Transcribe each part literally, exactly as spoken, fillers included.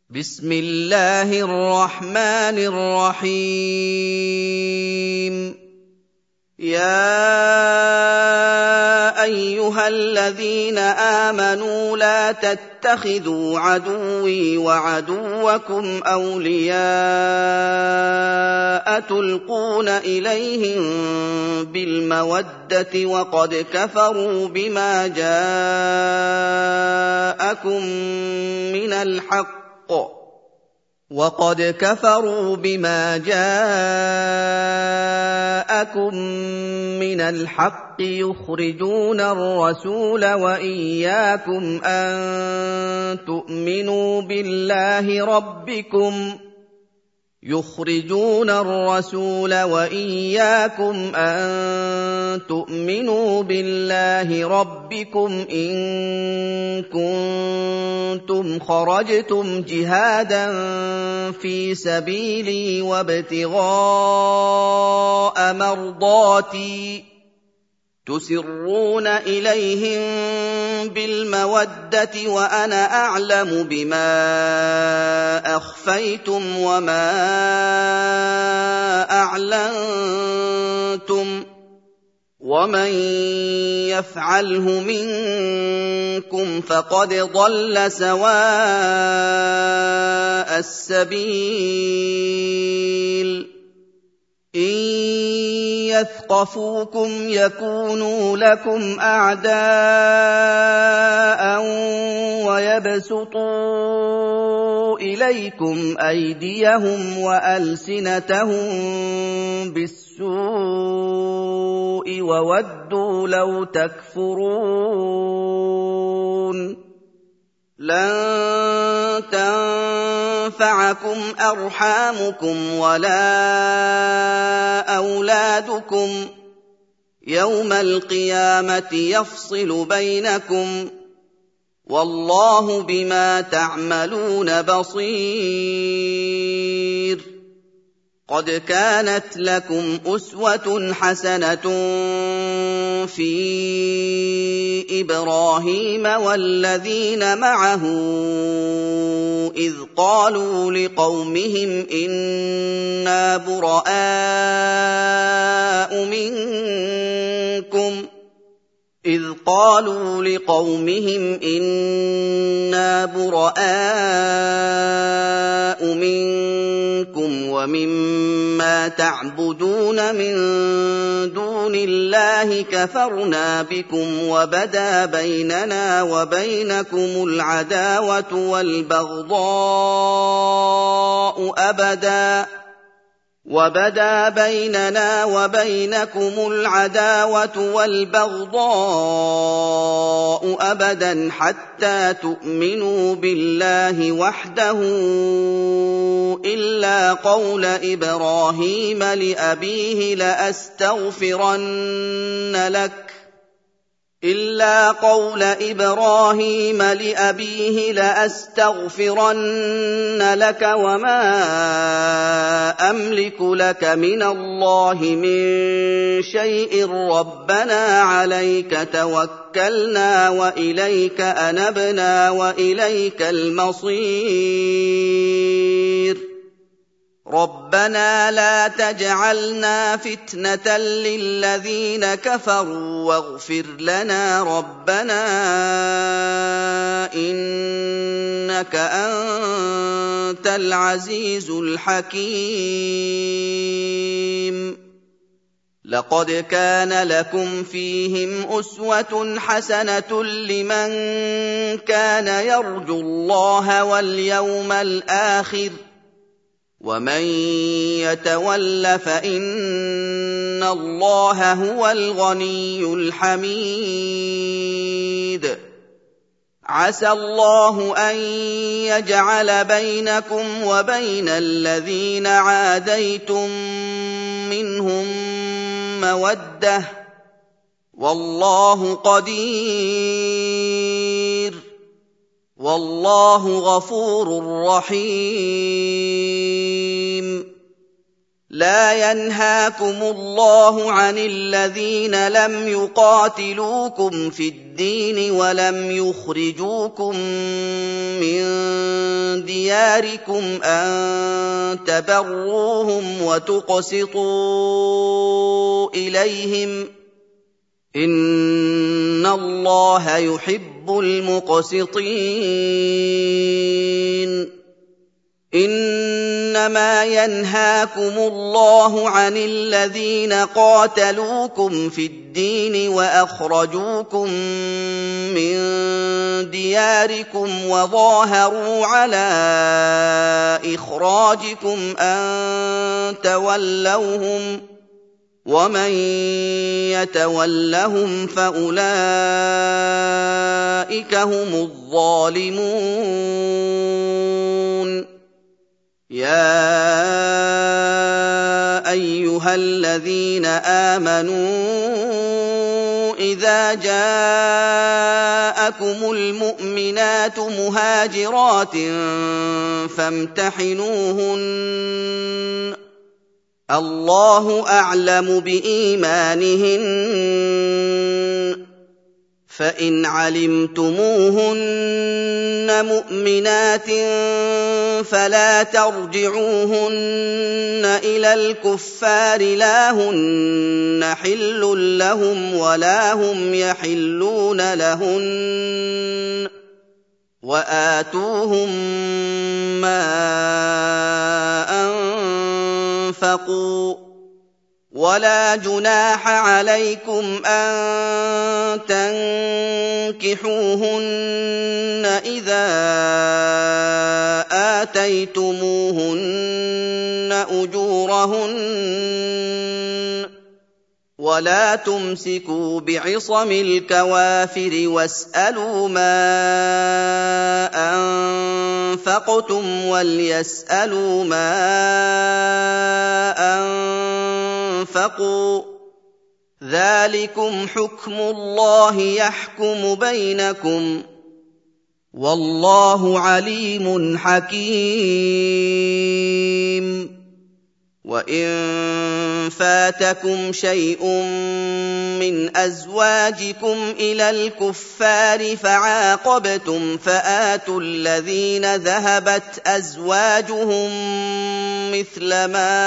بسم الله الرحمن الرحيم يا أيها الذين آمنوا لا تتخذوا عدوي وعدوكم أولياء تلقون إليهم بالمودة وقد كفروا بما جاءكم من الحق وقد كفروا بما جاءكم من الحق يخرجون الرسول وإياكم أن تؤمنوا بالله ربكم يخرجون الرسول وإياكم أن تؤمنوا بالله ربكم إن كنتم خرجتم جهادا في سبيلي وابتغاء مرضاتي تسرون إليهم بالمودة وأنا أعلم بما أخفيتم وما أعلنتم ومن يفعله منكم فقد ضل سواء السبيل إن يثقفوكم يكونوا لكم أعداء ويبسطوا إليكم أيديهم وألسنتهم بالسوء وودوا لو تكفرون لن تنفعكم أرحامكم ولا أولادكم يوم القيامة يفصل بينكم والله بما تعملون بصير قد كانت لكم أسوة حسنة في إبراهيم والذين معه إذ قالوا لقومهم إنا براء منكم إذ قالوا لقومهم إنا براء منكم ومما تعبدون من دون الله كفرنا بكم وبدا بيننا وبينكم العداوة والبغضاء أبدا وبدا بيننا وبينكم العداوة والبغضاء أبدا حتى تؤمنوا بالله وحده إلا قول إبراهيم لأبيه لأستغفرن لك إلا قول إبراهيم لأبيه لأستغفرن لك وما أملك لك من الله من شيء ربنا عليك توكلنا وإليك أنبنا وإليك المصير ربنا لا تجعلنا فتنة للذين كفروا واغفر لنا ربنا إنك أنت العزيز الحكيم لقد كان لكم فيهم أسوة حسنة لمن كان يرجو الله واليوم الآخر ومن يتول فإن الله هو الغني الحميد عسى الله أن يجعل بينكم وبين الذين عاديتم منهم مودة والله قدير والله غفور رحيم لا ينهاكم الله عن الذين لم يقاتلوكم في الدين ولم يخرجوكم من دياركم دياركم أن تبروهم وتقسطوا إليهم إن الله يحب المقسطين إنما ينهاكم الله عن الذين قاتلوكم في الدين وأخرجوكم من دياركم وظاهروا على إخراجكم أن تولوهم ومن يتولهم فأولئك هم الظالمون يا أيها الذين آمنوا إذا جاءكم المؤمنات مهاجرات فامتحنوهن الله أعلم بإيمانهن فإن علمتموهن مؤمنات فلا ترجعوهن إلى الكفار لا هن حل لهم ولا هم يحلون لهن وآتوهم ما أنفقوا ولا جناح عليكم أن تنكحوهن إذا آتيتموهن أجورهن ولا تمسكوا بعصم الكوافر واسألوا ما أنفقتم وليسألوا ما أنفقوا ذلكم حكم الله يحكم بينكم والله عليم حكيم وإن فاتكم شيء من أزواجكم إلى الكفار فعاقبتم فآتوا الذين ذهبت أزواجهم مثل ما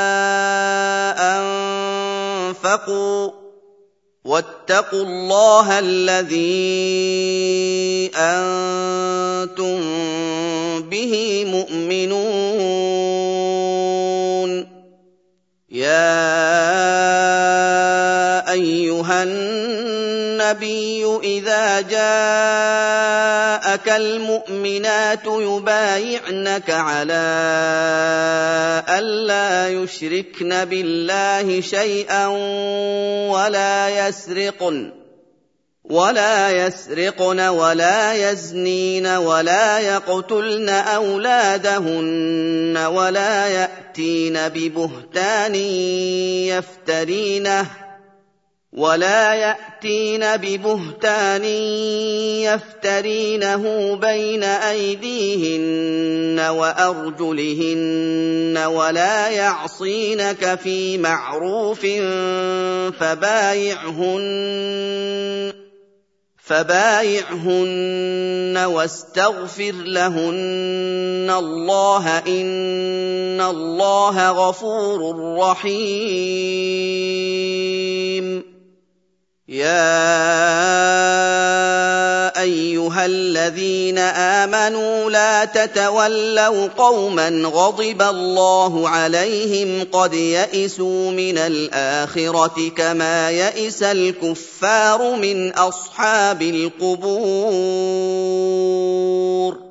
أنفقوا واتقوا الله الذي أنتم به مؤمنون يا أيها النبي إذا جاءك المؤمنات يبايعنك على ألا يشركن بالله شيئا ولا يسرقن ولا يسرقن ولا يزنين ولا يقتلن أولادهن ولا يأتين ببهتان يفترينه ولا يأتين ببهتان يفترينه بين أيديهن وأرجلهن ولا يعصينك في معروف فبايعهن فبايعهن واستغفر لهن الله إن الله غفور رحيم يا أيها الذين آمنوا لا تتولوا قوما غضب الله عليهم قد يئسوا من الآخرة كما يئس الكفار من أصحاب القبور